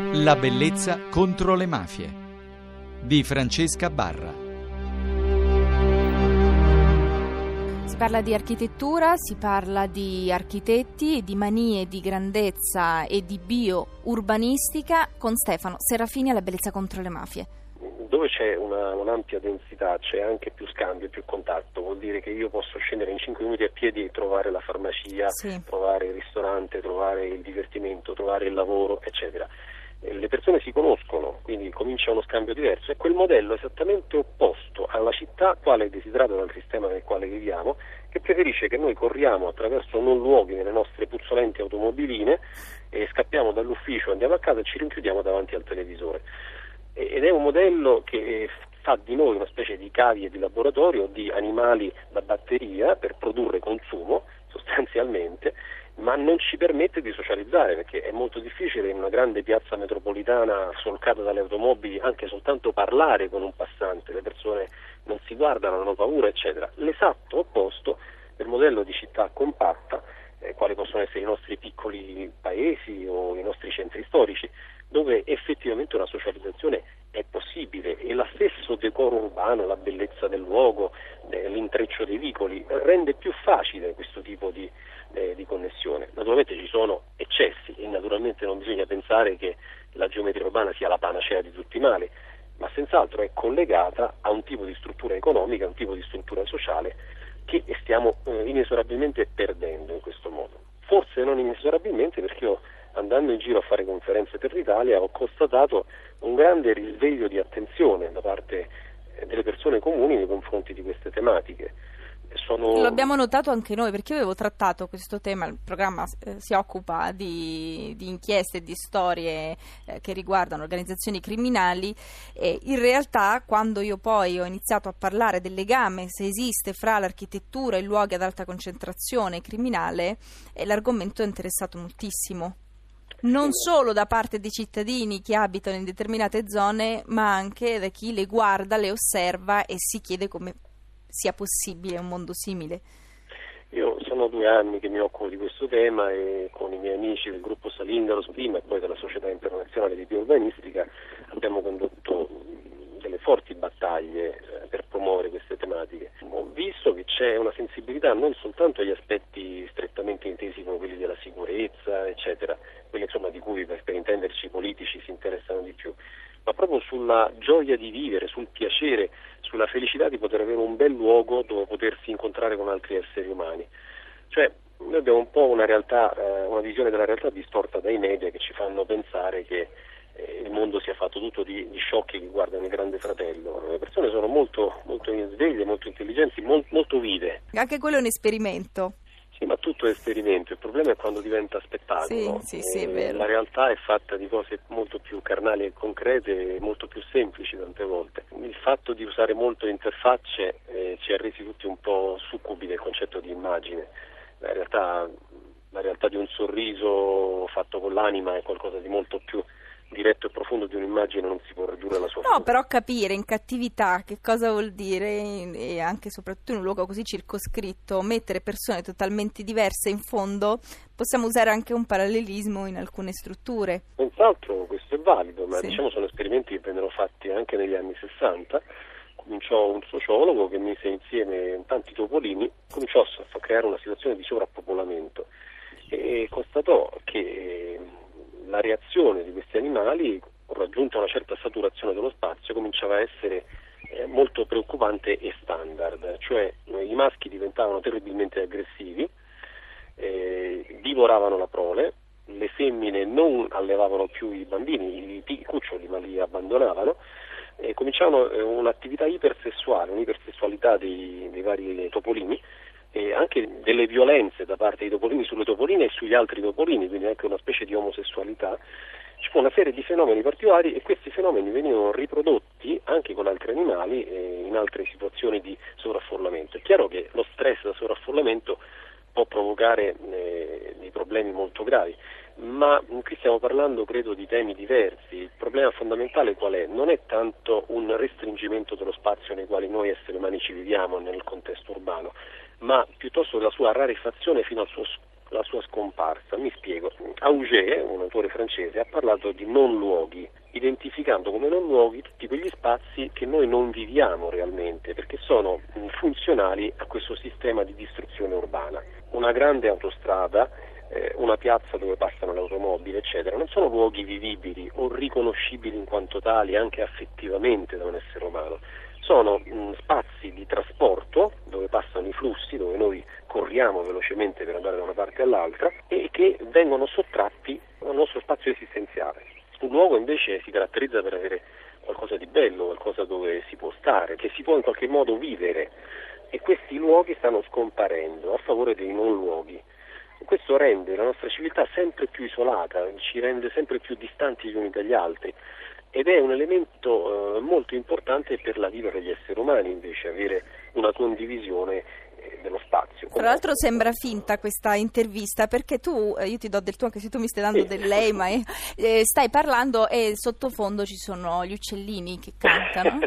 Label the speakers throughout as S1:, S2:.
S1: La bellezza contro le mafie di Francesca Barra.
S2: Si parla di architettura, si parla di architetti, di manie di grandezza e di bio-urbanistica con Stefano Serafini alla bellezza contro le mafie.
S3: Dove c'è un'ampia densità c'è anche più scambio, più contatto. Vuol dire che io posso scendere in 5 minuti a piedi e trovare la farmacia,
S2: sì,
S3: trovare il ristorante, trovare il divertimento, trovare il lavoro, eccetera. Le persone si conoscono, quindi comincia uno scambio diverso. È quel modello esattamente opposto alla città, quale è desiderato dal sistema nel quale viviamo, che preferisce che noi corriamo attraverso non luoghi nelle nostre puzzolenti automobiline e scappiamo dall'ufficio, andiamo a casa e ci rinchiudiamo davanti al televisore. Ed è un modello che fa di noi una specie di cavie di laboratorio, di animali da batteria per produrre consumo sostanzialmente, ma non ci permette di socializzare, perché è molto difficile in una grande piazza metropolitana solcata dalle automobili anche soltanto parlare con un passante. Le persone non si guardano, hanno paura, eccetera. L'esatto opposto del modello di città compatta, quali possono essere i nostri piccoli paesi o i nostri centri storici, dove effettivamente una socializzazione è possibile e lo stesso decoro urbano, la bellezza del luogo, l'intreccio dei vicoli rende più facile questo tipo di connessione. Naturalmente ci sono eccessi e naturalmente non bisogna pensare che la geometria urbana sia la panacea di tutti i mali, ma senz'altro è collegata a un tipo di struttura economica, a un tipo di struttura sociale che stiamo inesorabilmente perdendo in questo modo. Forse non inesorabilmente, perché io, andando in giro a fare conferenze per l'Italia, ho constatato un grande risveglio di attenzione da parte delle persone comuni nei confronti di queste tematiche.
S2: Lo abbiamo notato anche noi, perché io avevo trattato questo tema. Il programma si occupa di inchieste e di storie che riguardano organizzazioni criminali, e in realtà quando io poi ho iniziato a parlare del legame, se esiste, fra l'architettura e luoghi ad alta concentrazione criminale, l'argomento è interessato moltissimo. Non solo da parte dei cittadini che abitano in determinate zone, ma anche da chi le guarda, le osserva e si chiede come sia possibile un mondo simile.
S3: Io sono 2 anni che mi occupo di questo tema e con i miei amici del gruppo Salingaros prima e poi della Società Internazionale di Biourbanistica abbiamo condotto delle forti battaglie per promuovere queste tematiche. Ho visto che c'è una sensibilità non soltanto agli aspetti strettamente intesi come quelli della sicurezza, eccetera, quelli insomma di cui per intenderci i politici si interessano di più, ma proprio sulla gioia di vivere, sul piacere, sulla felicità di poter avere un bel luogo dove potersi incontrare con altri esseri umani. Cioè, noi abbiamo un po' una realtà, una visione della realtà distorta dai media che ci fanno pensare che il mondo sia fatto tutto di sciocchi che guardano il Grande Fratello. Le persone sono molto, molto sveglie, molto intelligenti, molto vive.
S2: Anche quello è un esperimento.
S3: Sì, ma tutto è esperimento, il problema è quando diventa spettacolo.
S2: Sì, è vero.
S3: La realtà è fatta di cose molto più carnali e concrete e molto più semplici tante volte. Il fatto di usare molto le interfacce ci ha resi tutti un po' succubi del concetto di immagine. La realtà di un sorriso fatto con l'anima è qualcosa di molto più diretto e profondo di un'immagine, non si può ridurre alla sua forma.
S2: No, però capire in cattività che cosa vuol dire, e anche soprattutto in un luogo così circoscritto, mettere persone totalmente diverse, in fondo possiamo usare anche un parallelismo in alcune strutture.
S3: Senz'altro questo è valido, ma
S2: sì,
S3: diciamo sono esperimenti che vennero fatti anche negli anni 60. Cominciò un sociologo che mise insieme tanti topolini, cominciò a creare una situazione di sovrappopolamento e constatò che la reazione di questi animali, raggiunta una certa saturazione dello spazio, cominciava a essere molto preoccupante e standard, cioè i maschi diventavano terribilmente aggressivi, divoravano la prole, le femmine non allevavano più i bambini, i cuccioli, ma li abbandonavano, e cominciavano un'attività ipersessuale, un'ipersessualità dei vari topolini, e anche delle violenze da parte dei topolini sulle topoline e sugli altri topolini, quindi anche una specie di omosessualità. Ci fu una serie di fenomeni particolari e questi fenomeni venivano riprodotti anche con altri animali e in altre situazioni di sovraffollamento. È chiaro che lo stress da sovraffollamento può provocare dei problemi molto gravi, ma qui stiamo parlando, credo, di temi diversi. Il problema fondamentale qual è? Non è tanto un restringimento dello spazio nei quali noi esseri umani ci viviamo nel contesto urbano, ma piuttosto la sua rarefazione fino al suo la sua scomparsa. Mi spiego. Auger, un autore francese, ha parlato di non luoghi, identificando come non luoghi tutti quegli spazi che noi non viviamo realmente, perché sono funzionali a questo sistema di distruzione urbana. Una grande autostrada, una piazza dove passano le automobili, eccetera, non sono luoghi vivibili o riconoscibili in quanto tali anche affettivamente da un essere umano. Sono spazi di trasporto dove passano i flussi, dove noi corriamo velocemente per andare da una parte all'altra e che vengono sottratti al nostro spazio esistenziale. Un luogo invece si caratterizza per avere qualcosa di bello, qualcosa dove si può stare, che si può in qualche modo vivere, e questi luoghi stanno scomparendo a favore dei non luoghi. Questo rende la nostra civiltà sempre più isolata, ci rende sempre più distanti gli uni dagli altri, ed è un elemento molto importante per la vita degli esseri umani, invece, avere una condivisione dello spazio.
S2: Tra l'altro sembra finta questa intervista, perché tu, io ti do del tuo anche se tu mi stai dando del lei, ma stai parlando e sottofondo ci sono gli uccellini che cantano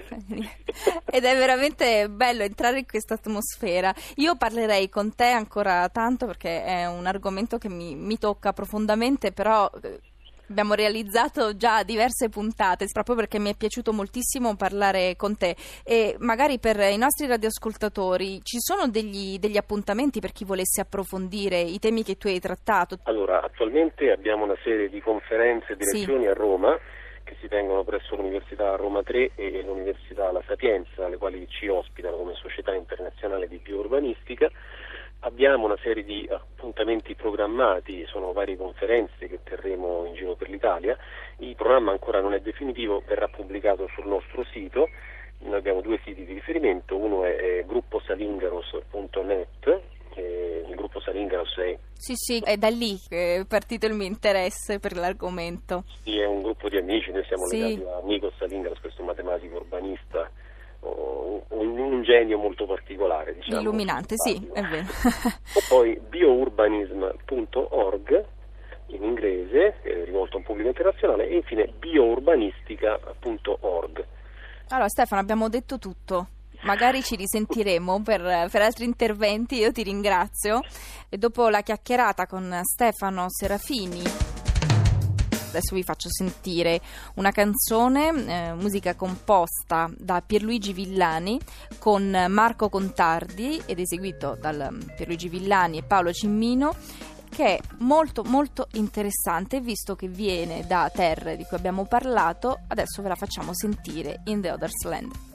S2: ed è veramente bello entrare in questa atmosfera. Io parlerei con te ancora tanto perché è un argomento che mi tocca profondamente, però abbiamo realizzato già diverse puntate proprio perché mi è piaciuto moltissimo parlare con te, e magari per i nostri radioascoltatori ci sono degli appuntamenti per chi volesse approfondire i temi che tu hai trattato?
S3: Allora, attualmente abbiamo una serie di conferenze e di lezioni a Roma che si tengono presso l'Università Roma 3 e l'Università La Sapienza, le quali ci ospitano come Società Internazionale di Biourbanistica. Abbiamo una serie di appuntamenti programmati, sono varie conferenze che terremo in giro per l'Italia. Il programma ancora non è definitivo, verrà pubblicato sul nostro sito. Noi abbiamo 2 siti di riferimento, uno è grupposalingaros.net, il gruppo Salingaros è...
S2: Sì, è da lì che è partito il mio interesse per l'argomento.
S3: Sì, è un gruppo di amici, noi siamo legati a Nikos Salingaros, questo matematico urbanista, un genio molto particolare, diciamo.
S2: Illuminante, sì, è vero.
S3: E poi biourbanism.org in inglese, rivolto a un pubblico internazionale, e infine biourbanistica.org.
S2: Allora Stefano, abbiamo detto tutto. Magari ci risentiremo per altri interventi. Io ti ringrazio, e dopo la chiacchierata con Stefano Serafini adesso vi faccio sentire una canzone, musica composta da Pierluigi Villani con Marco Contardi ed eseguito da Pierluigi Villani e Paolo Cimmino, che è molto molto interessante, visto che viene da terre di cui abbiamo parlato. Adesso ve la facciamo sentire, In the Other's Land.